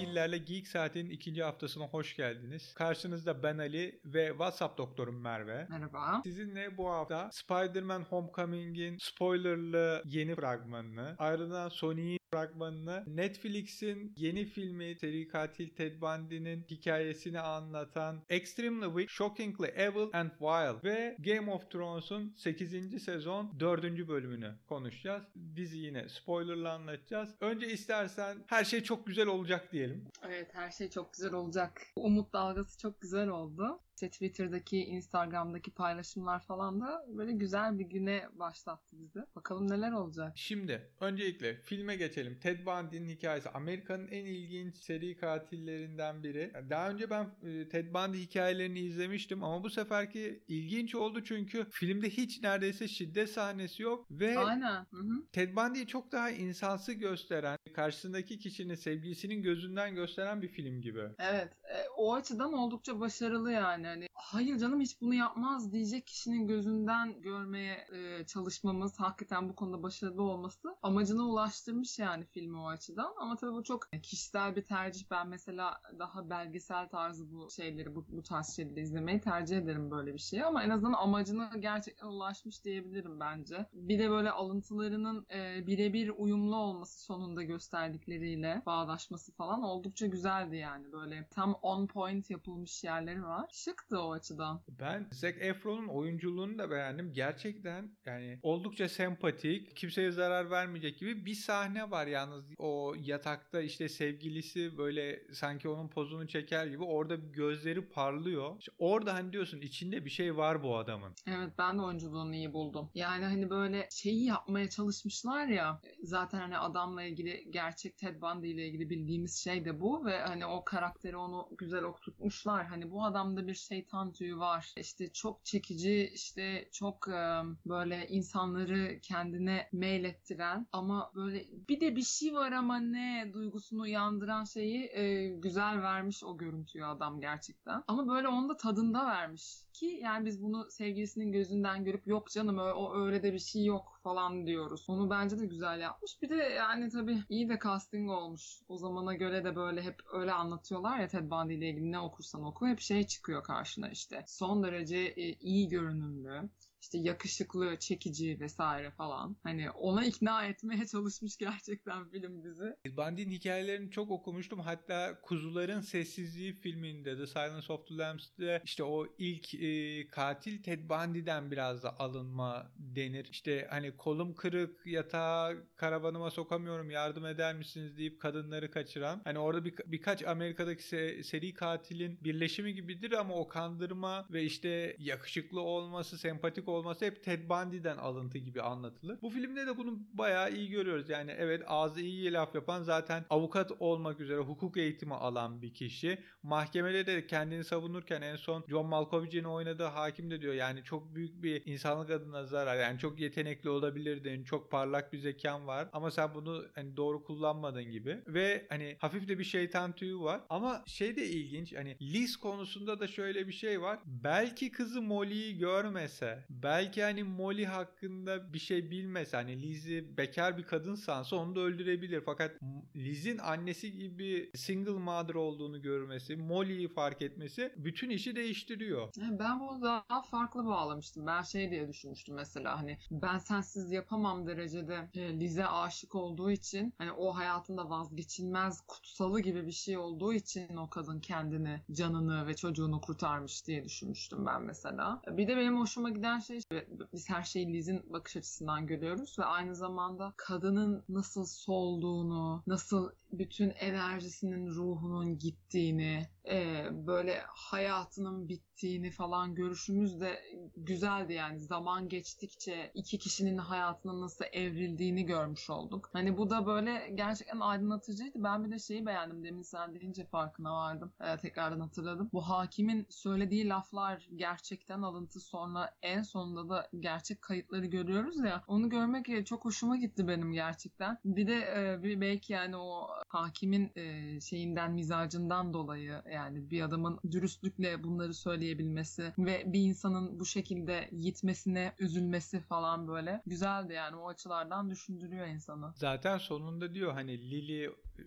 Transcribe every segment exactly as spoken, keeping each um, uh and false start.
maillerle Geek Saati'nin ikinci haftasına hoş geldiniz. Karşınızda ben Ali ve WhatsApp doktorum Merve. Merhaba. Sizinle bu hafta Spider-Man Homecoming'in spoilerlı yeni fragmanını, ardından Sony'in fragmanını, Netflix'in yeni filmi seri katil Ted Bundy'nin hikayesini anlatan Extremely Wicked, Shockingly Evil and Wild ve Game of Thrones'un sekizinci sezon dördüncü bölümünü konuşacağız. Dizi yine spoilerla anlatacağız. Önce istersen her şey çok güzel olacak diyelim. Evet, her şey çok güzel olacak. Umut dalgası çok güzel oldu. İşte Twitter'daki, Instagram'daki paylaşımlar falan da böyle güzel bir güne başlattı bizi. Bakalım neler olacak. Şimdi öncelikle filme geçelim. Ted Bundy'nin hikayesi Amerika'nın en ilginç seri katillerinden biri. Daha önce ben Ted Bundy hikayelerini izlemiştim ama bu seferki ilginç oldu çünkü filmde hiç neredeyse şiddet sahnesi yok ve Aynen. Hı hı. Ted Bundy'yi çok daha insansı gösteren, karşısındaki kişinin sevgilisinin gözünden gösteren bir film gibi. Evet, e, o açıdan oldukça başarılı yani. Hani hayır canım hiç bunu yapmaz diyecek kişinin gözünden görmeye e, çalışmamız, hakikaten bu konuda başarılı olması amacına ulaştırmış yani filmi o açıdan. Ama tabii bu çok kişisel bir tercih. Ben mesela daha belgesel tarzı bu şeyleri, bu, bu tarz şeyleri izlemeyi tercih ederim böyle bir şeye. Ama en azından amacına gerçekten ulaşmış diyebilirim bence. Bir de böyle alıntılarının e, birebir uyumlu olması sonunda gösterdikleriyle bağdaşması falan oldukça güzeldi yani. Böyle tam on point yapılmış yerleri var. Şıktı o açıdan. Ben Zac Efron'un oyunculuğunu da beğendim. Gerçekten yani oldukça sempatik, kimseye zarar vermeyecek gibi bir sahne var yalnız. O yatakta işte sevgilisi böyle sanki onun pozunu çeker gibi orada gözleri parlıyor. İşte orada hani diyorsun içinde bir şey var bu adamın. Evet, ben de oyunculuğunu iyi buldum. Yani hani böyle şeyi yapmaya çalışmışlar ya, zaten hani adamla ilgili, gerçek Ted Bundy ile ilgili bildiğimiz şey de bu ve hani o karakteri onu güzel oturtmuşlar. Hani bu adamda bir şeytan tüyü var. İşte çok çekici, işte çok e, böyle insanları kendine meylettiren ama böyle bir de bir şey var ama ne duygusunu uyandıran şeyi e, güzel vermiş o görüntüyü adam gerçekten. Ama böyle onu da tadında vermiş ki yani biz bunu sevgilisinin gözünden görüp yok canım o öyle de bir şey yok falan diyoruz. Onu bence de güzel yapmış. Bir de yani tabii iyi de casting olmuş. O zamana göre de böyle hep öyle anlatıyorlar ya, Ted Bundy ile ilgili ne okursan oku hep şey çıkıyor karşına işte. Son derece e, iyi görünümlü, işte yakışıklı, çekici vesaire falan. Hani ona ikna etmeye çalışmış gerçekten film dizi. Bundy'nin hikayelerini çok okumuştum. Hatta Kuzuların Sessizliği filminde, The Silence of the Lambs'te işte o ilk e, katil Ted Bundy'den biraz da alınma denir. İşte hani kolum kırık, yatağa karavanıma sokamıyorum, yardım eder misiniz deyip kadınları kaçıran. Hani orada bir, birkaç Amerika'daki se- seri katilin birleşimi gibidir ama o kandırma ve işte yakışıklı olması, sempatik olması hep Ted Bundy'den alıntı gibi anlatılır. Bu filmde de bunu bayağı iyi görüyoruz. Yani evet, ağzı iyi laf yapan, zaten avukat olmak üzere hukuk eğitimi alan bir kişi. Mahkemede de kendini savunurken en son John Malkovich'in oynadığı hakim de diyor yani çok büyük bir insanlık adına zarar. Yani çok yetenekli olabilirdin, çok parlak bir zekan var ama sen bunu hani doğru kullanmadın gibi. Ve hani hafif de bir şeytan tüyü var. Ama şey de ilginç, hani Liz konusunda da şöyle bir şey var. Belki kızı Molly'yi görmese, belki hani Molly hakkında bir şey bilmese, hani Liz'i bekar bir kadın sansa onu da öldürebilir. Fakat Liz'in annesi gibi single mother olduğunu görmesi, Molly'yi fark etmesi bütün işi değiştiriyor. Ben bunu daha farklı bağlamıştım. Ben şey diye düşünmüştüm mesela, hani ben sensiz yapamam derecede Liz'e aşık olduğu için, hani o hayatında vazgeçilmez kutsalı gibi bir şey olduğu için o kadın kendini, canını ve çocuğunu kurtarmış diye düşünmüştüm ben mesela. Bir de benim hoşuma giden şey, biz her şeyi Liz'in bakış açısından görüyoruz ve aynı zamanda kadının nasıl solduğunu, nasıl bütün enerjisinin, ruhunun gittiğini, e, böyle hayatının bittiğini falan görüşümüz de güzeldi yani. Zaman geçtikçe iki kişinin hayatının nasıl evrildiğini görmüş olduk. Hani bu da böyle gerçekten aydınlatıcıydı. Ben bir de şeyi beğendim, demin sen deyince farkına vardım. E, tekrardan hatırladım. Bu hakimin söylediği laflar gerçekten alıntı, sonra en sonunda da gerçek kayıtları görüyoruz ya. Onu görmek çok hoşuma gitti benim gerçekten. Bir de e, bir belki yani o hakimin e, şeyinden, mizacından dolayı, yani bir adamın dürüstlükle bunları söyleyebilmesi ve bir insanın bu şekilde yitmesine üzülmesi falan böyle güzeldi yani, o açılardan düşündürüyor insanı. Zaten sonunda diyor hani Lily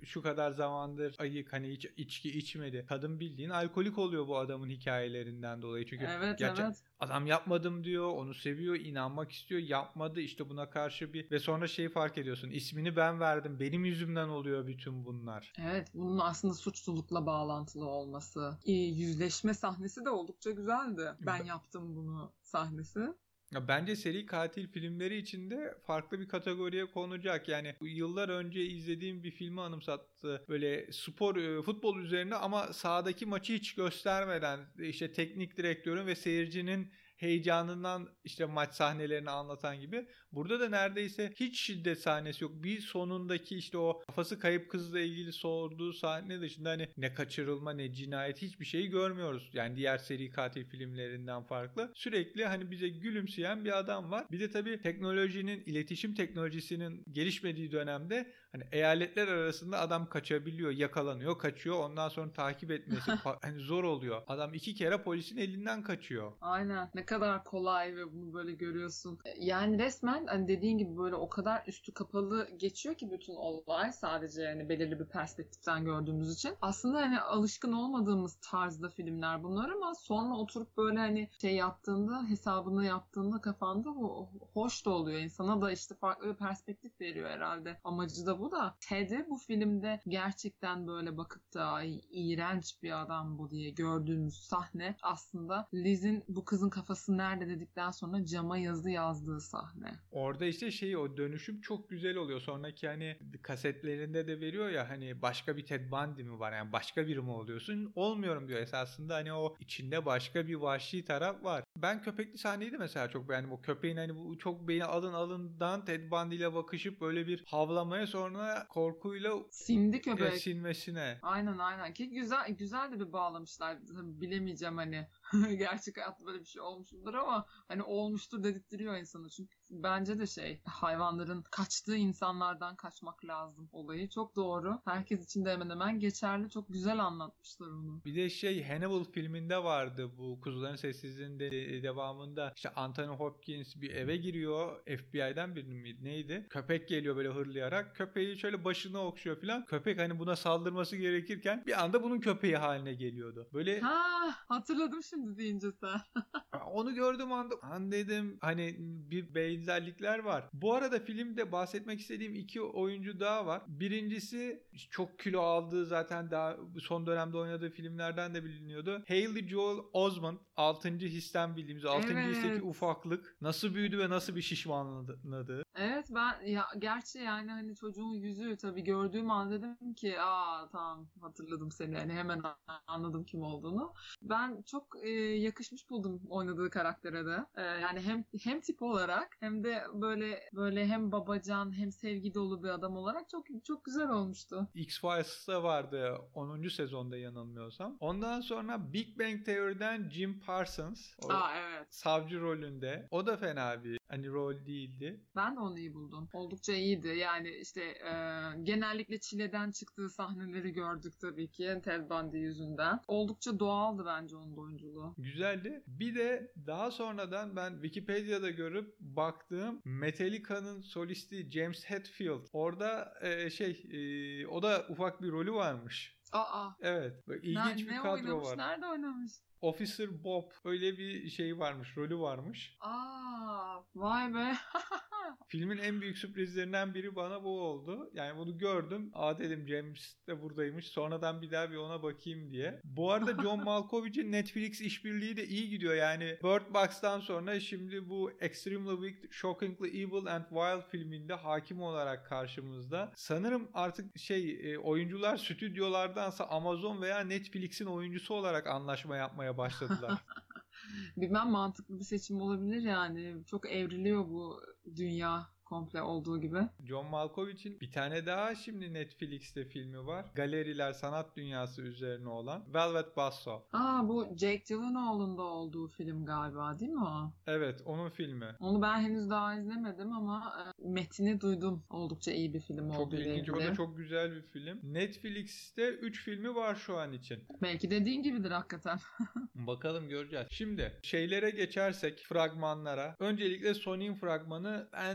şu kadar zamandır ayık, hani hiç içki içmedi. Kadın bildiğin alkolik oluyor bu adamın hikayelerinden dolayı. Çünkü Evet, gerçek evet. adam yapmadım diyor, onu seviyor, inanmak istiyor, yapmadı, işte buna karşı bir ve sonra şeyi fark ediyorsun. İsmini ben verdim. Benim yüzümden oluyor bütün bunlar. Evet, bunun aslında suçlulukla bağlantılı olması. Ee, yüzleşme sahnesi de oldukça güzeldi. Ben yaptım bunu sahnesi. Ya bence seri katil filmleri içinde farklı bir kategoriye konacak. Yani yıllar önce izlediğim bir filmi anımsattı. Böyle spor, futbol üzerine ama sahadaki maçı hiç göstermeden işte teknik direktörün ve seyircinin heyecanından işte maç sahnelerini anlatan gibi. Burada da neredeyse hiç şiddet sahnesi yok. Bir sonundaki işte o kafası kayıp kızla ilgili sorduğu sahne dışında hani ne kaçırılma ne cinayet hiçbir şeyi görmüyoruz. Yani diğer seri katil filmlerinden farklı. Sürekli hani bize gülümseyen bir adam var. Bir de tabii teknolojinin, iletişim teknolojisinin gelişmediği dönemde hani eyaletler arasında adam kaçabiliyor, yakalanıyor, kaçıyor. Ondan sonra takip etmesi hani zor oluyor. Adam iki kere polisin elinden kaçıyor. Aynen. Ne kadar kolay ve bunu böyle görüyorsun. Yani resmen hani dediğin gibi böyle o kadar üstü kapalı geçiyor ki bütün olay, sadece yani belirli bir perspektiften gördüğümüz için. Aslında hani alışkın olmadığımız tarzda filmler bunlar ama sonra oturup böyle hani şey yaptığında, hesabını yaptığında kafanda bu hoş da oluyor. İnsana da işte farklı bir perspektif veriyor herhalde. Amacı da bu da. Ted'i bu filmde gerçekten böyle bakıp da ay, iğrenç bir adam bu diye gördüğümüz sahne aslında Liz'in bu kızın kafası nerede dedikten sonra cama yazı yazdığı sahne. Orada işte şey, o dönüşüm çok güzel oluyor. Sonraki hani kasetlerinde de veriyor ya, hani başka bir Ted Bundy mi var, yani başka biri mi oluyorsun? Olmuyorum diyor esasında, hani o içinde başka bir vahşi taraf var. Ben köpekli sahneyi de mesela çok beğendim. O köpeğin hani bu çok beni alın alından Ted Bundy ile bakışıp böyle bir havlamaya, sonra korkuyla sindi köpek. sinmesine. Aynen aynen ki güzel güzel de bir bağlamışlar. Tabii bilemeyeceğim hani gerçek hayatta böyle bir şey olmuştur ama hani olmuştur dedirtiyor insanı. Çünkü bence de şey, hayvanların kaçtığı insanlardan kaçmak lazım olayı. Çok doğru. Herkes için de hemen hemen geçerli. Çok güzel anlatmışlar onu. Bir de şey, Hannibal filminde vardı bu Kuzuların Sessizliği'nin de devamında. İşte Anthony Hopkins bir eve giriyor. F B I'den birinin miydi neydi? Köpek geliyor böyle hırlayarak. Köpeği şöyle başına okşuyor falan. Köpek hani buna saldırması gerekirken bir anda bunun köpeği haline geliyordu. Böyle ha hatırladım şimdi deyince sen. onu gördüm anda an dedim hani bir benzerlikler var. Bu arada filmde bahsetmek istediğim iki oyuncu daha var. Birincisi çok kilo aldığı, zaten daha son dönemde oynadığı filmlerden de biliniyordu. Haley Joel Osment, altıncı Histen bildiğimiz altıncı Evet. Histeki ufaklık. Nasıl büyüdü ve nasıl bir şişmanladı. Evet, ben ya gerçi yani hani çocuğun yüzü tabii gördüğüm an dedim ki aa tamam hatırladım seni, yani hemen anladım kim olduğunu. Ben çok e, yakışmış buldum oynadığı karaktere de. E, yani hem hem tip olarak hem de böyle böyle hem babacan hem sevgi dolu bir adam olarak çok çok güzel olmuştu. X-Files'ta vardı onuncu sezonda yanılmıyorsam. Ondan sonra Big Bang Theory'den Jim Parsons. O Aa evet. savcı rolünde. O da fena bir hani rol değildi. Ben de onu iyi buldum. Oldukça iyiydi. Yani işte e, genellikle çileden çıktığı sahneleri gördük tabii ki Ted Bundy yüzünden. Oldukça doğaldı bence onun da oyunculuğu. Güzeldi. Bir de daha sonradan ben Wikipedia'da görüp baktığım Metallica'nın solisti James Hetfield. Orada e, şey e, o da ufak bir rolü varmış. Aa. Evet. Böyle ilginç Ne, bir ne kadro oynamış? var. Nerede oynamış? Officer Bob, öyle bir şey varmış, rolü varmış. Aa, vay be. Filmin en büyük sürprizlerinden biri bana bu oldu. Yani bunu gördüm. Aa dedim, James de buradaymış. Sonradan bir daha bir ona bakayım diye. Bu arada John Malkovich'in Netflix işbirliği de iyi gidiyor. Yani Bird Box'tan sonra şimdi bu Extremely Wicked, Shockingly Evil and Wild filminde hakim olarak karşımızda. Sanırım artık şey, oyuncular stüdyolardansa Amazon veya Netflix'in oyuncusu olarak anlaşma yapmaya başladılar. Bilmem, mantıklı bir seçim olabilir yani. Çok evriliyor bu dünya komple olduğu gibi. John Malkovich'in bir tane daha şimdi Netflix'te filmi var. Galeriler sanat dünyası üzerine olan Velvet Buzzsaw. Aa, bu Jake Gyllenhaal'ın da olduğu film galiba değil mi o? Evet, onun filmi. Onu ben henüz daha izlemedim ama e, metini duydum. Oldukça iyi bir film Çok olduğu ile ilginç. ilgili. O da çok güzel bir film. Netflix'te üç filmi var şu an için. Belki dediğin gibidir hakikaten. Bakalım, göreceğiz. Şimdi şeylere geçersek, fragmanlara. Öncelikle Sony'in fragmanı, ben hani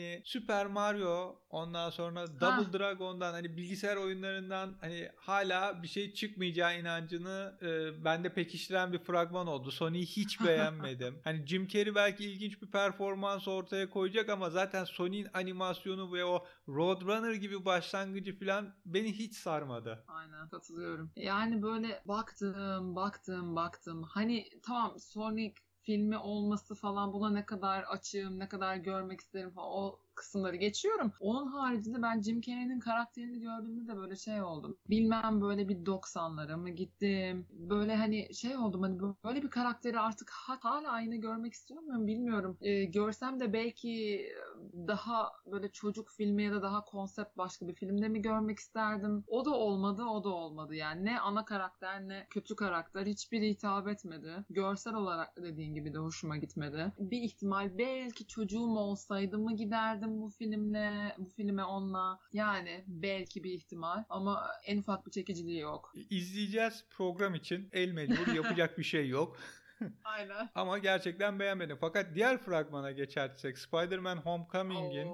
hani Super Mario, ondan sonra Ha. Double Dragon'dan, hani bilgisayar oyunlarından hani hala bir şey çıkmayacağı inancını e, bende pekiştiren bir fragman oldu. Sony'yi hiç beğenmedim. Hani Jim Carrey belki ilginç bir performans ortaya koyacak ama zaten Sony'nin animasyonu ve o Roadrunner gibi başlangıcı falan beni hiç sarmadı. Aynen, katılıyorum. Yani böyle baktım, baktım, baktım. Hani tamam, Sonic filmi olması falan, buna ne kadar açığım, ne kadar görmek isterim falan, o kısımları geçiyorum. Onun haricinde ben Jim Carrey'nin karakterini gördüğümde de böyle şey oldum. Bilmem, böyle bir doksanlara mı gittim? Böyle hani şey oldum, hani böyle bir karakteri artık hala aynı görmek istiyor muyum bilmiyorum. Ee, görsem de belki daha böyle çocuk filmi ya da daha konsept başka bir filmde mi görmek isterdim? O da olmadı, o da olmadı. Yani ne ana karakter ne kötü karakter, hiçbiri hitap etmedi. Görsel olarak dediğin gibi de hoşuma gitmedi. Bir ihtimal belki çocuğum olsaydı mı giderdim bu filmle, bu filme onunla. Yani belki bir ihtimal ama en ufak bir çekiciliği yok. İzleyeceğiz program için. El mecbur, yapacak bir şey yok. Aynen. Ama gerçekten beğenmedim. Fakat diğer fragmana geçersek Spider-Man Homecoming'in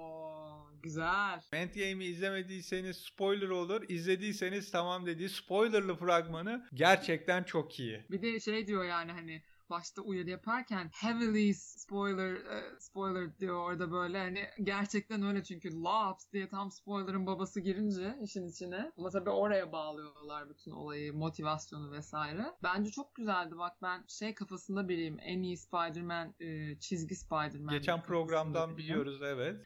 Oo, güzel. Endgame'i izlemediyseniz spoiler olur. İzlediyseniz tamam dediği spoilerlı fragmanı gerçekten çok iyi. Bir de şey diyor yani, hani başta uyarı yaparken heavily spoiler e, spoiler diyor orada, böyle hani gerçekten öyle, çünkü Laps diye tam spoiler'ın babası girince işin içine, ama tabii oraya bağlıyorlar bütün olayı, motivasyonu vesaire. Bence çok güzeldi. Bak, ben şey kafasında biriyim, en iyi Spider-Man e, çizgi Spider-Man Geçen programdan biriyim. biliyoruz, evet.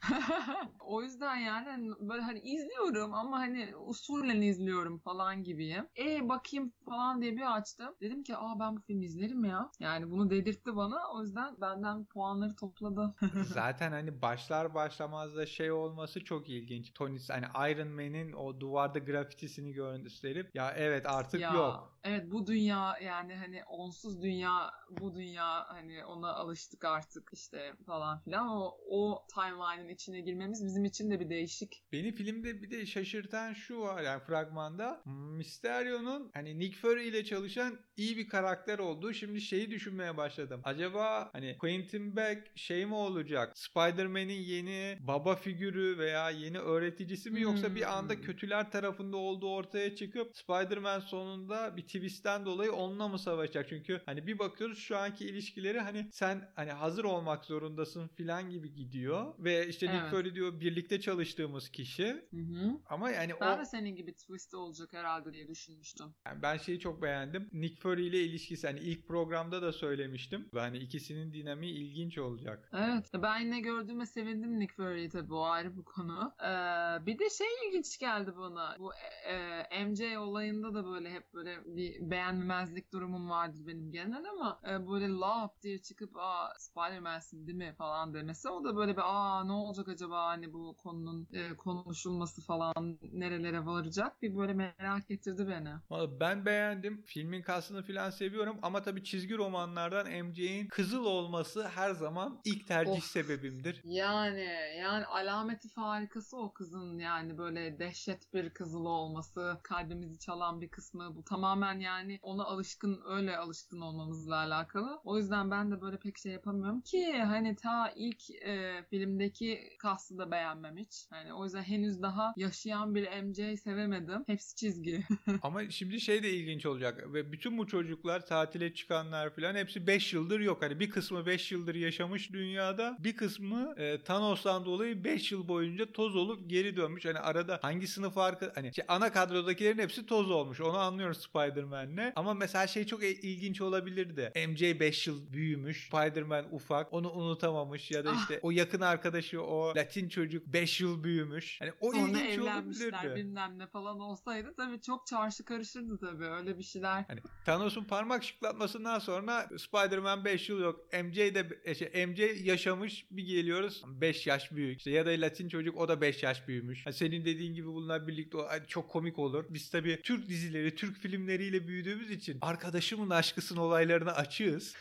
O yüzden yani hani böyle hani izliyorum ama hani usulen izliyorum falan gibiyim. E bakayım falan diye bir açtım. Dedim ki aa, ben bu filmi izlerim ya. Yani bunu dedirtti bana. O yüzden benden puanları topladı. Zaten hani başlar başlamaz da şey olması çok ilginç. Tony, hani Iron Man'in o duvarda grafitisini gösterip ya evet artık Ya yok. evet, bu dünya yani hani onsuz dünya, bu dünya hani ona alıştık artık işte falan filan. O, o timeline'ın içine girmemiz bizim için de bir değişik. Beni filmde bir de şaşırtan şu var, yani fragmanda Mysterio'nun hani Nick Fury ile çalışan iyi bir karakter olduğu. Şimdi şeyi düşünmeye başladım. Acaba hani Quentin Beck şey mi olacak? Spider-Man'in yeni baba figürü veya yeni öğreticisi mi, yoksa bir anda Hmm. kötüler tarafında olduğu ortaya çıkıp Spider-Man sonunda bir twist'ten dolayı onunla mı savaşacak? Çünkü hani bir bakıyoruz şu anki ilişkileri hani sen hani hazır olmak zorundasın filan gibi gidiyor ve işte Nick Evet. Fury diyor birlikte çalıştığımız kişi, Hı hı. ama yani Ben de o, senin gibi twist olacak herhalde diye düşünmüştüm. yani ben şeyi çok beğendim. Nick Fury ile ilişkisi, hani ilk programda da söylemiştim. Hani ikisinin dinamiği ilginç olacak. Evet. Ben yine gördüğüme sevindim Nick Fury'yi, tabii o ayrı bir konu. Ee, bir de şey ilginç geldi bana. Bu e, M J olayında da böyle hep böyle bir beğenmemezlik durumum vardır benim genel, ama e, böyle laf diye çıkıp aa Spider-Man'sin değil mi falan demesi, o da böyle bir aa ne olacak acaba, hani bu konunun e, konuşulması falan nerelere varacak, bir böyle merak ettirdi beni. Vallahi ben beğendim. Filmin kastını filan seviyorum ama tabii çizgi romanlardan M J'in kızıl olması her zaman ilk tercih Of. sebebimdir. Yani yani alameti farikası o kızın, yani böyle dehşet bir kızıl olması, kalbimizi çalan bir kısmı, bu tamamen yani ona alışkın, öyle alışkın olmamızla alakalı. O yüzden ben de böyle pek şey yapamıyorum ki, hani ta ilk e, filmdeki kastı da beğenmem hiç. Yani o yüzden henüz daha yaşayan bir M J sevemedim. Hepsi çizgi. Ama şimdi şey de ilginç olacak ve bütün bu çocuklar, tatile çıkanlar filan, hepsi beş yıldır yok. Hani bir kısmı beş yıldır yaşamış dünyada, bir kısmı e, Thanos'tan dolayı beş yıl boyunca toz olup geri dönmüş. Hani arada hangi sınıf farkı, hani şey, ana kadrodakilerin hepsi toz olmuş. Onu anlıyoruz Spider-Man'le. Ama mesela şey çok ilginç olabilirdi. M J beş yıl büyümüş. Spider-Man ufak. Onu unutamamış ya da işte Ah, o yakın arkadaşı, o Latin çocuk beş yıl büyümüş. Hani o sonra ilginç evlenmişler olabilirdi. bilmem ne falan olsaydı tabii çok çarşı karışırdı tabii, öyle bir şeyler. Hani Thanos'un parmak şıklatmasından sonra Spider-Man beş yıl yok. M J de şey, M J yaşamış, bir geliyoruz beş yaş büyük. İşte ya da Latin çocuk, o da beş yaş büyümüş. Hani senin dediğin gibi bunlar birlikte o, çok komik olur. Biz tabii Türk dizileri, Türk filmleriyle büyüdüğümüz için arkadaşımın aşkısın olaylarına açığız.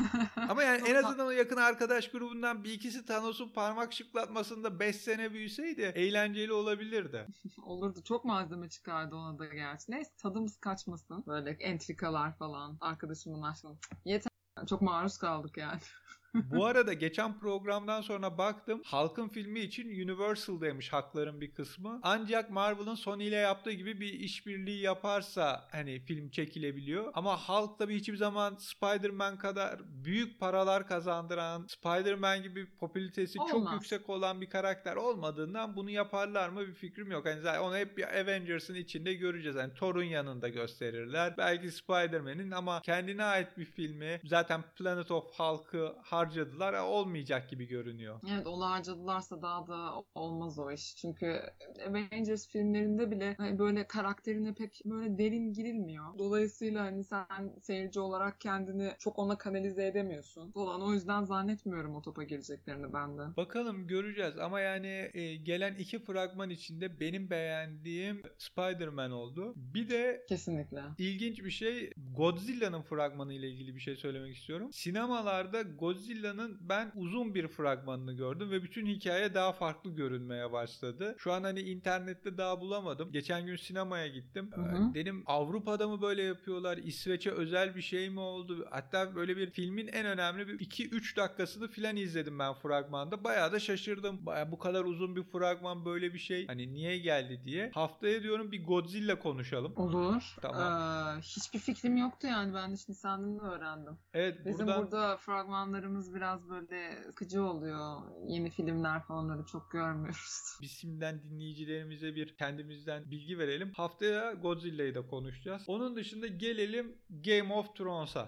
Ama yani en Çok azından o yakın arkadaş grubundan bir ikisi Thanos'un parmak şıklatmasında beş sene büyüseydi eğlenceli olabilirdi. olurdu. Çok malzeme çıkardı ona da gerçi. Neyse, tadımız kaçmasın. Böyle entrikalar falan. Arkadaşımın aşkına. Yeter. Çok maruz kaldık yani. Bu arada geçen programdan sonra baktım. Hulk'ın filmi için Universal'daymış hakların bir kısmı. Ancak Marvel'ın Sony ile yaptığı gibi bir işbirliği yaparsa hani film çekilebiliyor. Ama Hulk tabii hiçbir zaman Spider-Man kadar büyük paralar kazandıran, Spider-Man gibi popülaritesi Olmaz. çok yüksek olan bir karakter olmadığından bunu yaparlar mı bir fikrim yok. Hani zaten onu hep bir Avengers'ın içinde göreceğiz. Hani Thor'un yanında gösterirler. Belki Spider-Man'in ama kendine ait bir filmi zaten Planet of Hulk'ı harcadılar. Olmayacak gibi görünüyor. Evet, onu harcadılarsa daha da olmaz o iş. Çünkü Avengers filmlerinde bile hani böyle karakterine pek böyle derin girilmiyor. Dolayısıyla hani sen seyirci olarak kendini çok ona kanalize edemiyorsun falan. O yüzden zannetmiyorum o topa gireceklerini ben de. Bakalım göreceğiz ama yani e, gelen iki fragman içinde benim beğendiğim Spider-Man oldu. Bir de kesinlikle ilginç bir şey, Godzilla'nın fragmanı ile ilgili bir şey söylemek istiyorum. Sinemalarda Godzilla'nın ben uzun bir fragmanını gördüm ve bütün hikaye daha farklı görünmeye başladı. Şu an hani internette daha bulamadım. Geçen gün sinemaya gittim. Hı hı. Dedim Avrupa'da mı böyle yapıyorlar? İsveç'e özel bir şey mi oldu? Hatta böyle bir filmin en önemli bir iki üç dakikasını filan izledim ben fragmanda. Bayağı da şaşırdım. Bayağı bu kadar uzun bir fragman, böyle bir şey hani niye geldi diye. Haftaya diyorum bir Godzilla konuşalım. Olur. Tamam. Ee, hiçbir fikrim yoktu yani. Ben de şimdi senden öğrendim. Evet, Bizim buradan... burada fragmanlarımız biraz böyle sıkıcı oluyor. Yeni filmler falan öyle çok görmüyoruz. Biz şimdiden dinleyicilerimize bir kendimizden bilgi verelim. Haftaya Godzilla'yı da konuşacağız. Onun dışında gelelim Game of Thrones'a.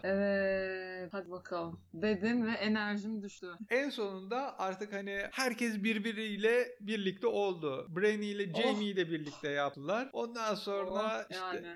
Evet, hadi bakalım. Dedin ve enerjim düştü. En sonunda artık hani herkes birbiriyle birlikte oldu. Branny ile Jaime'yi oh. de birlikte yaptılar. Ondan sonra oh, işte... Yani.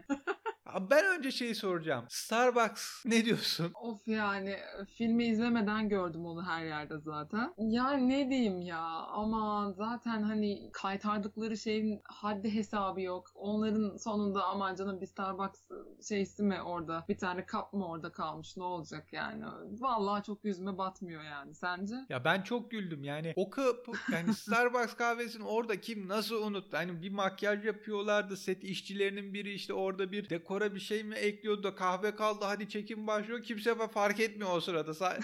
Ben önce şeyi soracağım. Starbucks ne diyorsun? Of yani filmi izlemeden gördüm onu her yerde zaten. Ya ne diyeyim ya, ama zaten hani kaytardıkları şeyin haddi hesabı yok. Onların sonunda aman canım bir Starbucks şeysi mi orada, bir tane kap mı orada kalmış, ne olacak yani. Vallahi çok yüzüme batmıyor yani, sence? Ya ben çok güldüm yani o kap yani Starbucks kahvesini orada kim nasıl unuttu? Hani bir makyaj yapıyorlardı, set işçilerinin biri işte orada bir dekora bir şey mi ekliyordu da kahve kaldı, hadi çekim başlıyor, kimse fark etmiyor o sırada.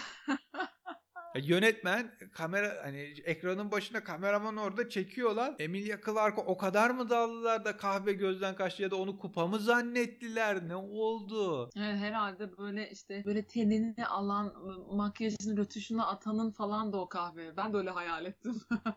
Yönetmen kamera hani ekranın başında, kameraman orada çekiyorlar. Emilia Clarke'a o kadar mı daldılar da kahve gözden kaçtı ya da onu kupa mı zannettiler? Ne oldu? Evet, herhalde böyle işte böyle tenini alan, makyajını rötuşuna atanın falan da o kahve. Ben de öyle hayal ettim.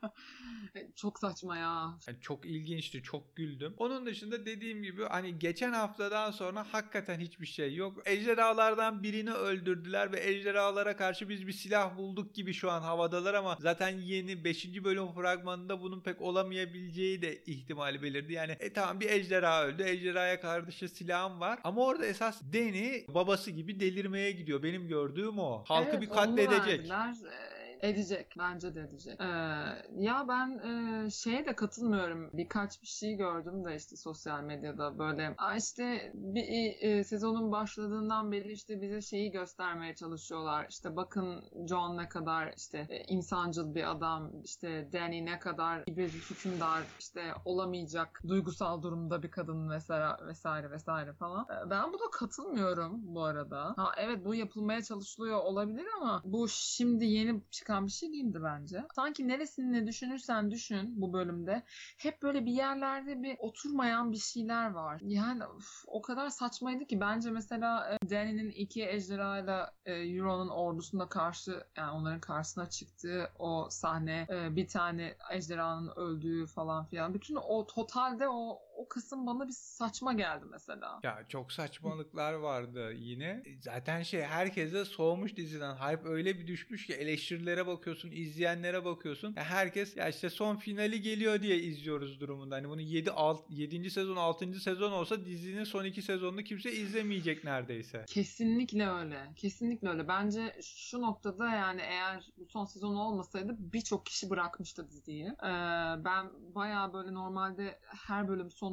Çok saçma ya. Yani çok ilginçti. Çok güldüm. Onun dışında dediğim gibi hani geçen haftadan sonra hakikaten hiçbir şey yok. Ejderhalardan birini öldürdüler ve ejderhalara karşı biz bir silah bulduk gibi şu an havadalar ama zaten yeni beşinci bölüm fragmanında bunun pek olamayabileceği de ihtimali belirdi. Yani e tamam bir ejderha öldü. Ejderhaya karşı silahım var. Ama orada esas Dany babası gibi delirmeye gidiyor. Benim gördüğüm o. Halkı evet, bir katledecek. Verdiler. Edecek. Bence de edecek. Ee, ya ben e, şeye de katılmıyorum. Birkaç bir şey gördüm de işte sosyal medyada böyle. Aa işte bir e, sezonun başladığından beri işte bize şeyi göstermeye çalışıyorlar. İşte bakın Jon ne kadar işte e, insancıl bir adam. İşte Dany ne kadar bir hükümdar, işte olamayacak duygusal durumda bir kadın mesela vesaire vesaire falan. Ee, ben buna katılmıyorum bu arada. Ha evet, bu yapılmaya çalışılıyor olabilir ama bu şimdi yeni çıkan bir şey değildi bence. Sanki neresini düşünürsen düşün bu bölümde hep böyle bir yerlerde bir oturmayan bir şeyler var. Yani uf, o kadar saçmaydı ki bence mesela e, Dany'nin iki ejderhayla e, Euron'un ordusuna karşı, yani onların karşısına çıktığı o sahne, e, bir tane ejderhanın öldüğü falan filan. Bütün o totalde o o kısım bana bir saçma geldi mesela. Ya çok saçmalıklar vardı yine. Zaten şey, herkese soğumuş diziden. Hype öyle bir düşmüş ki eleştirilere bakıyorsun, izleyenlere bakıyorsun. Ya herkes ya işte son finali geliyor diye izliyoruz durumunda. Hani bunu yedi yedinci sezon, altıncı sezon olsa dizinin son iki sezonunu kimse izlemeyecek neredeyse. Kesinlikle öyle. Kesinlikle öyle. Bence şu noktada yani eğer bu son sezon olmasaydı birçok kişi bırakmıştı diziyi. Ee, ben bayağı böyle normalde her bölüm sonu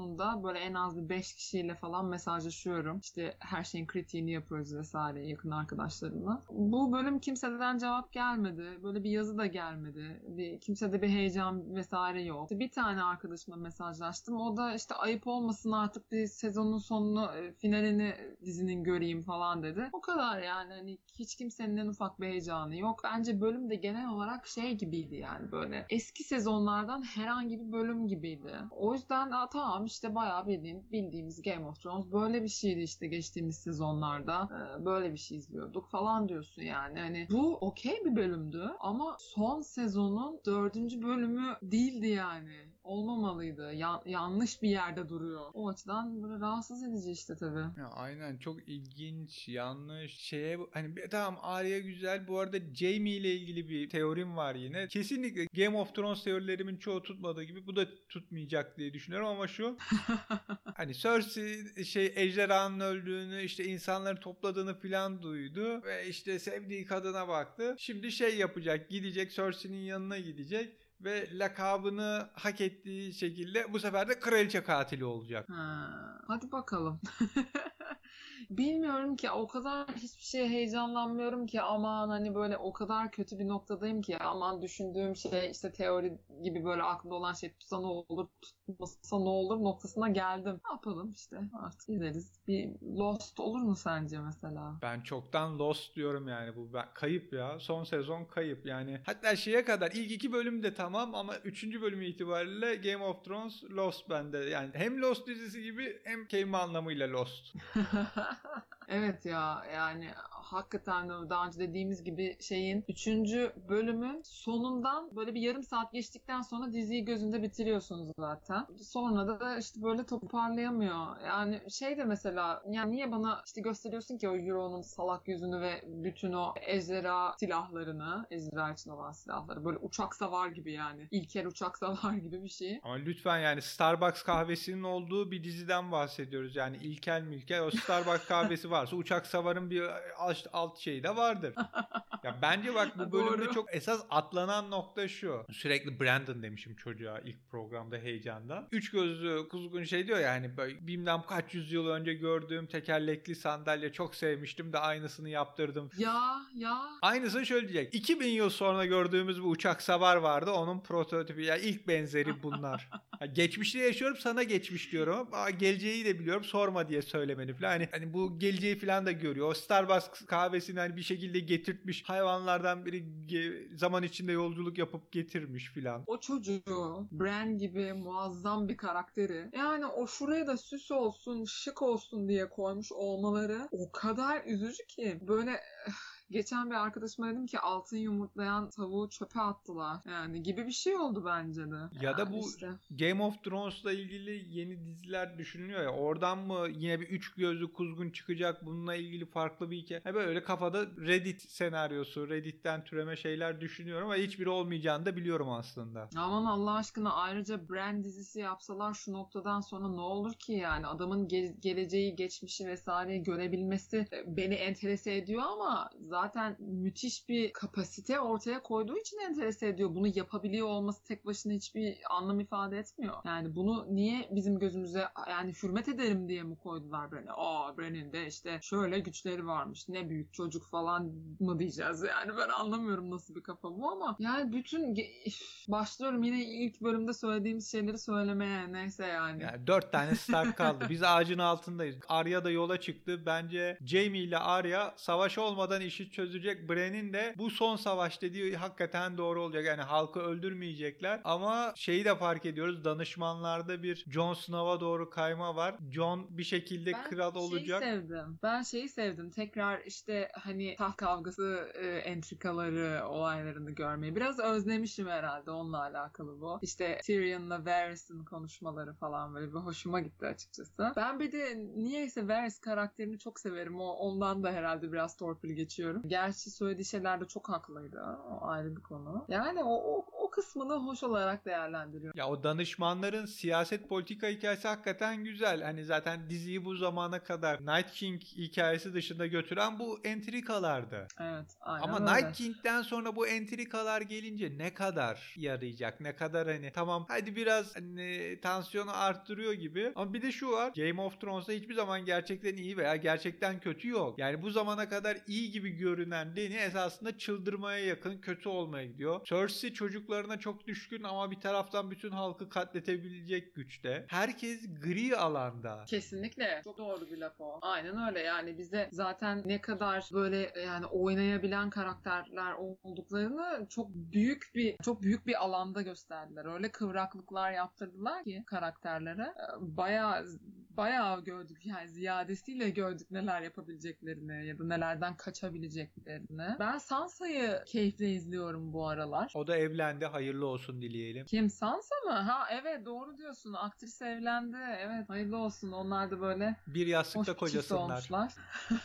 sonunda böyle en az bir beş kişiyle falan mesajlaşıyorum. İşte her şeyin kritiğini yapıyoruz vesaire yakın arkadaşlarımla. Bu bölüm kimseden cevap gelmedi. Böyle bir yazı da gelmedi. Bir, kimsede bir heyecan vesaire yok. İşte bir tane arkadaşıma mesajlaştım. O da işte ayıp olmasın artık bir sezonun sonunu, finalini dizinin göreyim falan dedi. O kadar yani. Hani hiç kimsenin en ufak bir heyecanı yok. Bence bölüm de genel olarak şey gibiydi yani böyle. Eski sezonlardan herhangi bir bölüm gibiydi. O yüzden Aa, tamam işte bayağı bildiğin, bildiğimiz Game of Thrones böyle bir şeydi işte geçtiğimiz sezonlarda. Ee, böyle bir şey izliyorduk falan diyorsun yani. Hani bu okey bir bölümdü ama son sezonun dördüncü bölümü değildi yani. Olmamalıydı. Ya- yanlış bir yerde duruyor. O açıdan böyle rahatsız edici işte tabii. Ya aynen, çok ilginç, yanlış şeye hani bir- tamam, Arya güzel. Bu arada Jaime ile ilgili bir teorim var yine. Kesinlikle Game of Thrones teorilerimin çoğu tutmadığı gibi bu da tutmayacak diye düşünüyorum ama şu hani Cersei şey ejderhanın öldüğünü, işte insanları topladığını filan duydu ve işte sevdiği kadına baktı. Şimdi şey yapacak, gidecek Cersei'nin yanına gidecek ve lakabını hak ettiği şekilde bu sefer de kraliçe katili olacak. Ha, hadi bakalım. Bilmiyorum ki o kadar hiçbir şeye heyecanlanmıyorum ki aman hani böyle o kadar kötü bir noktadayım ki aman düşündüğüm şey işte teori gibi böyle aklımda olan şey tutsa ne olur tutmasa ne olur noktasına geldim. Ne yapalım işte artık izleriz. Bir Lost olur mu sence mesela? Ben çoktan Lost diyorum yani, bu ben, kayıp ya. Son sezon kayıp yani. Hatta şeye kadar ilk iki bölüm de tamam ama üçüncü bölümü itibariyle Game of Thrones Lost bende. Yani hem Lost dizisi gibi hem kelime anlamıyla Lost. Evet ya yani hakikaten de daha önce dediğimiz gibi şeyin üçüncü bölümün sonundan böyle bir yarım saat geçtikten sonra diziyi gözünde bitiriyorsunuz zaten. Sonra da işte böyle toparlayamıyor. Yani şey de mesela yani niye bana işte gösteriyorsun ki o Euron'un salak yüzünü ve bütün o ejderha silahlarını, ejderha için olan silahları böyle uçak savar gibi yani. İlkel uçak savar gibi bir şey. Ama lütfen yani Starbucks kahvesinin olduğu bir diziden bahsediyoruz. Yani ilkel milkel o Starbucks kahvesi varsa uçak savarın bir alt, alt şeyi de vardır. Ya bence bak bu bölümde Doğru. çok esas atlanan nokta şu. Sürekli Brandon demişim çocuğa ilk programda heyecandan. Üç gözlü kuzgun şey diyor ya hani böyle bilmem kaç yüzyıl önce gördüğüm tekerlekli sandalye çok sevmiştim de aynısını yaptırdım. Ya ya. Aynısını şöyle diyecek. iki bin yıl sonra gördüğümüz bir uçak savar vardı. Onun prototipi. Ya ilk benzeri bunlar. Ya geçmişte yaşıyorum, sana geçmiş diyorum. Aa, geleceği de biliyorum, sorma diye söylemeni falan. Hani, hani bu geleceği falan da görüyor. O Starbucks kahvesini hani bir şekilde getirtmiş. Hayvanlardan biri ge- zaman içinde yolculuk yapıp getirmiş falan. O çocuğu Bran gibi muazzam bir karakteri yani o şuraya da süs olsun, şık olsun diye koymuş olmaları o kadar üzücü ki böyle geçen bir arkadaşıma dedim ki altın yumurtlayan tavuğu çöpe attılar. Yani gibi bir şey oldu bence de. Ya da Yani bu işte. Game of Thrones'la ilgili yeni diziler düşünülüyor ya. Oradan mı yine bir üç gözlü kuzgun çıkacak? Bununla ilgili farklı bir hikaye. Ha böyle kafada Reddit senaryosu, Reddit'ten türeme şeyler düşünüyorum ama hiçbiri olmayacağını da biliyorum aslında. Aman Allah aşkına ayrıca Bran dizisi yapsalar şu noktadan sonra ne olur ki yani adamın ge- geleceği, geçmişi vesaireyi görebilmesi beni enterese ediyor ama zaten müthiş bir kapasite ortaya koyduğu için enterese ediyor. Bunu yapabiliyor olması tek başına hiçbir anlam ifade etmiyor. Yani bunu niye bizim gözümüze yani hürmet ederim diye mi koydular Bran'e? Aa Bran'in de işte şöyle güçleri varmış. Ne büyük çocuk falan mı diyeceğiz? Yani ben anlamıyorum nasıl bir kafa bu ama yani bütün başlıyorum yine ilk bölümde söylediğimiz şeyleri söylemeye neyse yani. Yani dört tane Stark kaldı. Biz ağacın altındayız. Arya da yola çıktı. Bence Jaime ile Arya savaş olmadan işi çözecek. Bran'in de bu son savaş dediği hakikaten doğru olacak. Yani halkı öldürmeyecekler. Ama şeyi de fark ediyoruz. Danışmanlarda bir Jon Snow'a doğru kayma var. Jon bir şekilde Ben kral olacak. şeyi sevdim. Ben şeyi sevdim. Tekrar işte hani taht kavgası e, entrikaları olaylarını görmeyi. Biraz özlemişim herhalde onunla alakalı bu. İşte Tyrion'la Varys'in konuşmaları falan böyle bir hoşuma gitti açıkçası. Ben bir de niyeyse Varys karakterini çok severim. O ondan da herhalde biraz torpil geçiyorum. Gerçi söylediği şeyler de çok haklıydı. O ayrı bir konu. Yani o, o, o kısmını hoş olarak değerlendiriyorum. Ya o danışmanların siyaset politika hikayesi hakikaten güzel. Hani zaten diziyi bu zamana kadar Night King hikayesi dışında götüren bu entrikalardı. Evet, aynen Ama öyle. Night King'den sonra bu entrikalar gelince ne kadar yarayacak? Ne kadar hani tamam hadi biraz hani tansiyonu arttırıyor gibi. Ama bir de şu var. Game of Thrones'ta hiçbir zaman gerçekten iyi veya gerçekten kötü yok. Yani bu zamana kadar iyi gibi görünen Dany esasında çıldırmaya yakın, kötü olmaya gidiyor. Cersei çocuklarına çok düşkün ama bir taraftan bütün halkı katletebilecek güçte. Herkes gri alanda. Kesinlikle. Çok doğru bir laf o. Aynen öyle. Yani bize zaten ne kadar böyle yani oynayabilen karakterler olduklarını çok büyük bir çok büyük bir alanda gösterdiler. Öyle kıvraklıklar yaptırdılar ki karakterlere. Bayağı bayağı gördük yani ziyadesiyle gördük neler yapabileceklerini ya da nelerden kaçabileceklerini. Ben Sansa'yı keyifle izliyorum bu aralar. O da evlendi. Hayırlı olsun dileyelim. Kim, Sansa mı? Ha evet, doğru diyorsun. Aktris evlendi. Evet, hayırlı olsun. Onlar da böyle bir yastıkta kocasınlar. olmuşlar.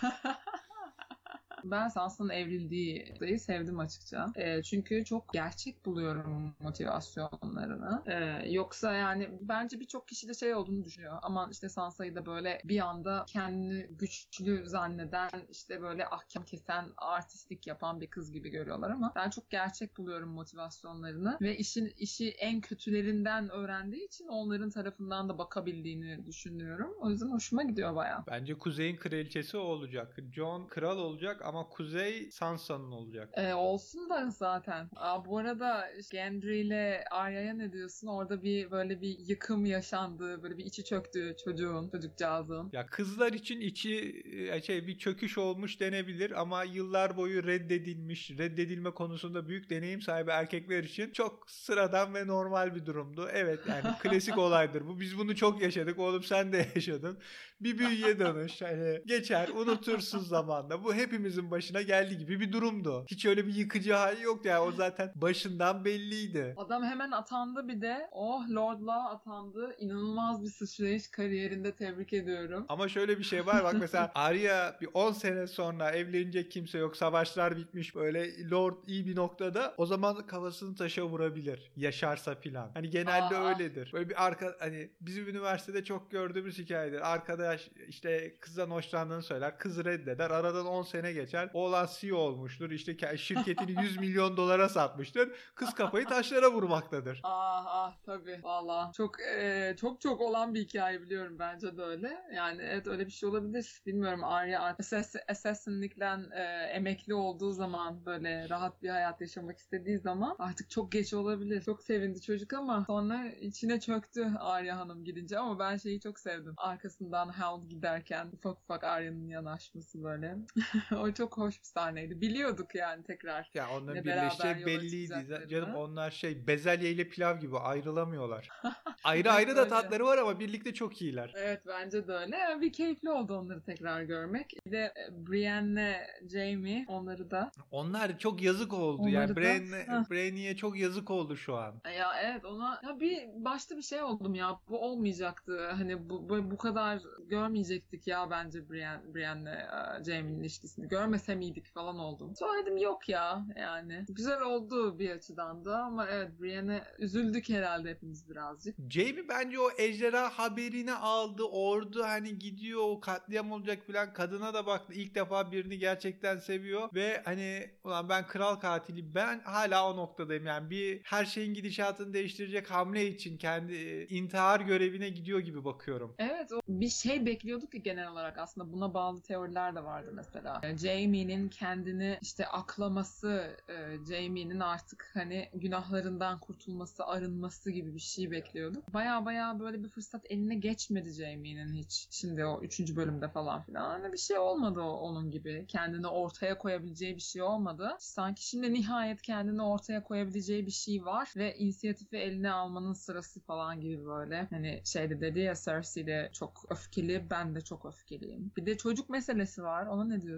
Ben Sansa'nın evrildiği sevdim açıkça. E, çünkü çok gerçek buluyorum motivasyonlarını. E, yoksa yani bence birçok kişi de şey olduğunu düşünüyor. Aman işte Sansa'yı da böyle bir anda kendini güçlü zanneden, işte böyle ahkam kesen, artistlik yapan bir kız gibi görüyorlar ama ben çok gerçek buluyorum motivasyonlarını ve işin işi en kötülerinden öğrendiği için onların tarafından da bakabildiğini düşünüyorum. O yüzden hoşuma gidiyor bayağı. Bence Kuzey'in kraliçesi o olacak. Jon kral olacak ama Kuzey Sansa'nın olacak. E, olsun da zaten. Aa, bu arada Gendry ile Arya'ya ne diyorsun? Orada bir böyle bir yıkım yaşandı. Böyle bir içi çöktü çocuğun, çocukcağızın. Ya kızlar için içi şey bir çöküş olmuş denebilir ama yıllar boyu reddedilmiş, reddedilme konusunda büyük deneyim sahibi erkekler için çok sıradan ve normal bir durumdu. Evet yani klasik olaydır bu. Biz bunu çok yaşadık. Oğlum sen de yaşadın. Bir büyüye danış. Hani geçer, unutursun zamanla. Bu hepimizin başına geldiği gibi bir durumdu. Hiç öyle bir yıkıcı hali yoktu yani. O zaten başından belliydi. Adam hemen atandı bir de. Oh, Lord'la atandı. İnanılmaz bir sıçrayış kariyerinde, tebrik ediyorum. Ama şöyle bir şey var. Bak mesela Arya bir on sene sonra evlenecek kimse yok. Savaşlar bitmiş. Böyle Lord iyi bir noktada. O zaman kafasını taşa vurabilir. Yaşarsa filan. Hani genelde Aa. öyledir. Böyle bir arka hani bizim üniversitede çok gördüğümüz hikayedir. Arkadaş işte kızdan hoşlandığını söyler. Kız reddeder. Aradan on sene geçer. Oğlan C E O olmuştur. İşte şirketini yüz milyon dolara satmıştır. Kız kafayı taşlara vurmaktadır. Ah ah tabii. Valla çok e, çok çok olan bir hikaye biliyorum, bence de öyle. Yani evet, öyle bir şey olabilir. Bilmiyorum, Arya Assassin'likten e, emekli olduğu zaman, böyle rahat bir hayat yaşamak istediği zaman artık çok geç olabilir. Çok sevindi çocuk ama sonra içine çöktü Arya Hanım gidince, ama ben şeyi çok sevdim. Arkasından Hound giderken ufak ufak Arya'nın yanaşması böyle. O çok hoş bir sahneydi. Biliyorduk yani tekrar. Ya onların Ne beraber birleşeceği yola belliydi. çıkacaklarını. Canım onlar şey bezelye ile pilav gibi ayrılamıyorlar. Ayrı Evet, ayrı da öyle. tatları var ama birlikte çok iyiler. Evet, bence de öyle. Yani bir keyifli oldu onları tekrar görmek. Bir de Brienne'le Jaime, onları da. Onlar çok yazık oldu. Onları yani da- Bran, Heh. Branny'e çok yazık oldu şu an. Ya evet, ona ya bir başta bir şey oldum ya, bu olmayacaktı. Hani bu bu, bu kadar görmeyecektik ya bence Brienne Brienne'le e, Jaime'nin ilişkisini. Görmese miydik falan oldum. Sonra dedim yok ya, yani. Güzel oldu bir açıdan da ama evet, Brienne'e üzüldük herhalde hepimiz birazcık. Jaime bence o ejderha haberini aldı. Ordu hani gidiyor o katliam olacak falan. Kadına da baktı. İlk defa birini gerçekten seviyor. Ve hani ulan ben kral katili. Ben hala o noktadayım. Yani bir her şeyin gidişatını değiştirecek hamle için kendi e, intihar görevine gidiyor gibi bakıyorum. Evet, o bir şey bekliyorduk ki genel olarak, aslında buna bağlı teoriler de vardı mesela. E, Jaime'nin kendini işte aklaması, e, Jaime'nin artık hani günahlarından kurtulması, arınması gibi bir şey bekliyorduk. Baya baya böyle bir fırsat eline geçmedi Jaime'nin hiç. Şimdi o üçüncü bölümde falan filan. Hani bir şey olmadı o, onun gibi. Kendini ortaya koyabileceği bir şey olmadı. Sanki şimdi nihayet kendini ortaya koyabileceği bir şey var ve inisiyatifi eline almanın sırası falan gibi böyle. Hani şeyde dedi ya, Cersei de çok öfkeli, ben de çok öfkeliyim. Bir de çocuk meselesi var. Ona ne diyorsun? Vallahi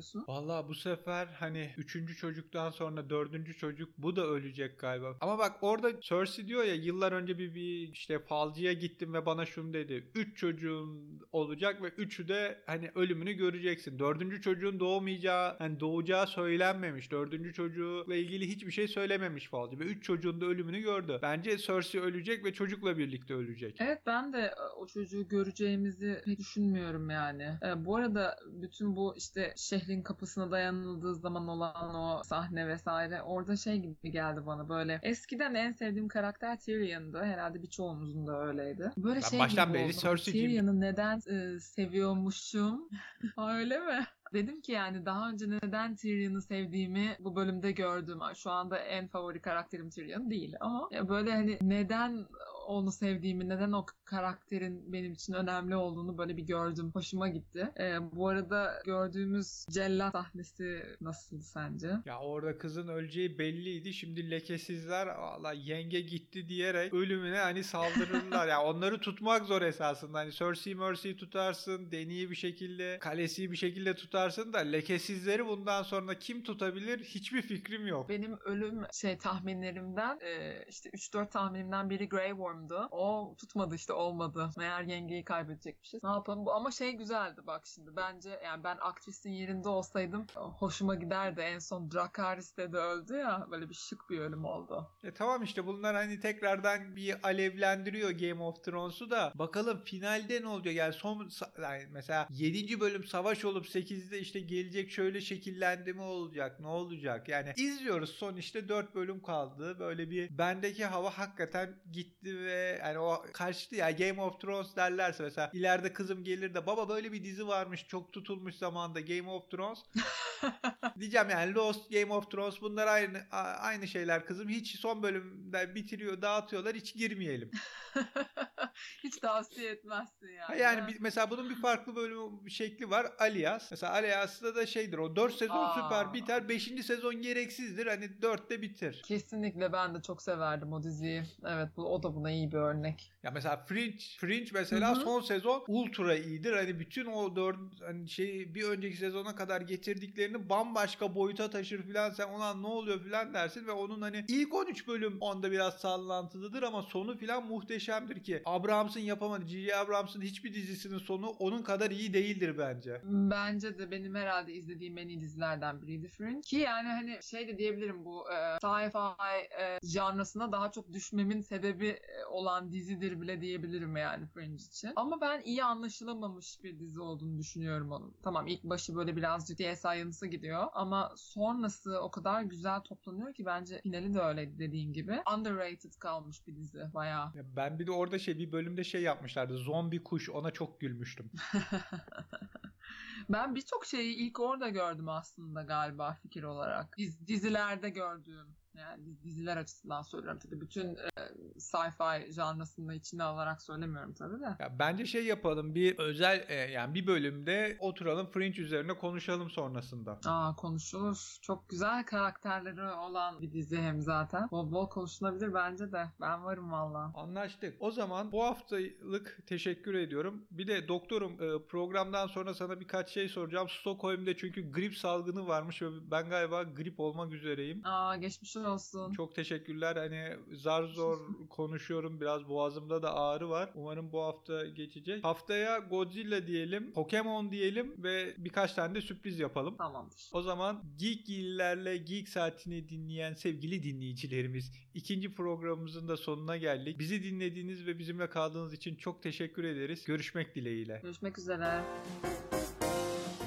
Valla bu sefer hani üçüncü çocuktan sonra dördüncü çocuk bu da ölecek galiba. Ama bak orada Cersei diyor ya, yıllar önce bir, bir işte falcıya gittim ve bana şunu dedi. Üç çocuğun olacak ve üçü de hani ölümünü göreceksin. Dördüncü çocuğun doğmayacağı, hani doğacağı söylenmemiş. Dördüncü çocuğuyla ilgili hiçbir şey söylememiş falcı ve üç çocuğun da ölümünü gördü. Bence Cersei ölecek ve çocukla birlikte ölecek. Evet, ben de o çocuğu göreceğimizi pek düşünmüyorum yani. E, bu arada bütün bu işte şehrin kapısına dayanıldığı zaman olan o sahne vesaire, orada şey gibi geldi bana, böyle eskiden en sevdiğim karakter Tyrion'du. Herhalde birçoğumuzun da öyleydi. Böyle Ben şey baştan gibi beri oldu. Cersei'ciyim. Tyrion'u neden e, seviyormuşum? Ha, öyle mi? Dedim ki yani daha önce neden Tyrion'u sevdiğimi bu bölümde gördüm. Şu anda en favori karakterim Tyrion değil ama böyle hani neden onu sevdiğimi, neden o karakterin benim için önemli olduğunu böyle bir gördüm. Hoşuma gitti. Ee, bu arada gördüğümüz cellat sahnesi nasıldı sence? Ya orada kızın öleceği belliydi. Şimdi lekesizler valla yenge gitti diyerek ölümüne hani saldırırlar. Ya onları tutmak zor esasında. Hani Cersei Mercy'yi tutarsın, Dany'yi bir şekilde, Khaleesi'yi bir şekilde tutarsın da lekesizleri bundan sonra kim tutabilir? Hiçbir fikrim yok. Benim ölüm şey tahminlerimden e, işte üç dört tahminimden biri Grey Worm'du. O tutmadı işte, olmadı. Meğer yengeyi kaybedecekmişiz. Ne yapalım? Bu ama şey güzeldi bak şimdi. Bence yani ben aktrisin yerinde olsaydım hoşuma giderdi. En son Dracarys'te de öldü ya. Böyle bir şık bir ölüm oldu. E tamam işte bunlar hani tekrardan bir alevlendiriyor Game of Thrones'u da. Bakalım finalde ne olacak? Yani son yani mesela yedinci bölüm savaş olup sekizde işte gelecek şöyle şekillendi mi olacak? Ne olacak? Yani izliyoruz. Son işte dört bölüm kaldı. Böyle bir bendeki hava hakikaten gitti ve yani o kaçtı ya. Game of Thrones derlerse mesela ileride kızım gelir de baba böyle bir dizi varmış çok tutulmuş zamanda Game of Thrones. Diyeceğim yani Lost, Game of Thrones bunlar aynı aynı şeyler kızım. Hiç son bölümde bitiriyor, dağıtıyorlar. Hiç girmeyelim. Hiç tavsiye etmezsin yani. Yani bir, mesela bunun bir farklı bölüm bir şekli var. Alias. Mesela Alias'ta da şeydir o dört sezon Aa. süper biter. beşinci sezon gereksizdir. Hani dörtte bitir. Kesinlikle ben de çok severdim o diziyi. Evet, bu o da buna iyi bir örnek. Ya mesela Fringe, Fringe mesela Hı hı. son sezon ultra iyidir. Hani bütün o dört hani şey bir önceki sezona kadar getirdiklerini bambaşka boyuta taşır filan. Sen ona ne oluyor filan dersin ve onun hani ilk on üç bölüm onda biraz sallantılıdır ama sonu filan muhteşemdir ki Abrahams'ın yapamadı. J J. Abrams hiçbir dizisinin sonu onun kadar iyi değildir bence. Bence de benim herhalde izlediğim en iyi dizilerden biriydi Fringe. Ki yani hani şey de diyebilirim, bu e, sci-fi e, janrasına daha çok düşmemin sebebi e, olan dizidir bile diyebilirim yani Fringe için. Ama ben iyi anlaşılamamış bir dizi olduğunu düşünüyorum onun. Tamam, ilk başı böyle birazcık D S I'ınsı gidiyor ama sonrası o kadar güzel toplanıyor ki bence finali de öyleydi dediğin gibi. Underrated kalmış bir dizi bayağı. Ya ben bir de orada şey bir bölümde şey yapmışlardı. Zombi kuş, ona çok gülmüştüm. Ben birçok şeyi ilk orada gördüm aslında galiba fikir olarak. Diz, dizilerde gördüğüm. Yani diziler açısından söylüyorum tabii. Bütün e, sci-fi janrasını içine alarak söylemiyorum tabii de. Ya bence şey yapalım, bir özel e, yani bir bölümde oturalım Fringe üzerine konuşalım sonrasında. Aa, konuşulur. Çok güzel karakterleri olan bir dizi hem zaten. Bol bol konuşulabilir bence de. Ben varım valla. Anlaştık. O zaman bu haftalık teşekkür ediyorum. Bir de doktorum e, programdan sonra sana birkaç şey soracağım. Stockholm'de çünkü grip salgını varmış ve ben galiba grip olmak üzereyim. Aa, geçmiş olsun. Çok teşekkürler. Hani zar zor konuşuyorum. Biraz boğazımda da ağrı var. Umarım bu hafta geçecek. Haftaya Godzilla diyelim, Pokemon diyelim ve birkaç tane de sürpriz yapalım. Tamamdır. O zaman Geekgillerle Geek Saatini dinleyen sevgili dinleyicilerimiz, ikinci programımızın da sonuna geldik. Bizi dinlediğiniz ve bizimle kaldığınız için çok teşekkür ederiz. Görüşmek dileğiyle. Görüşmek üzere.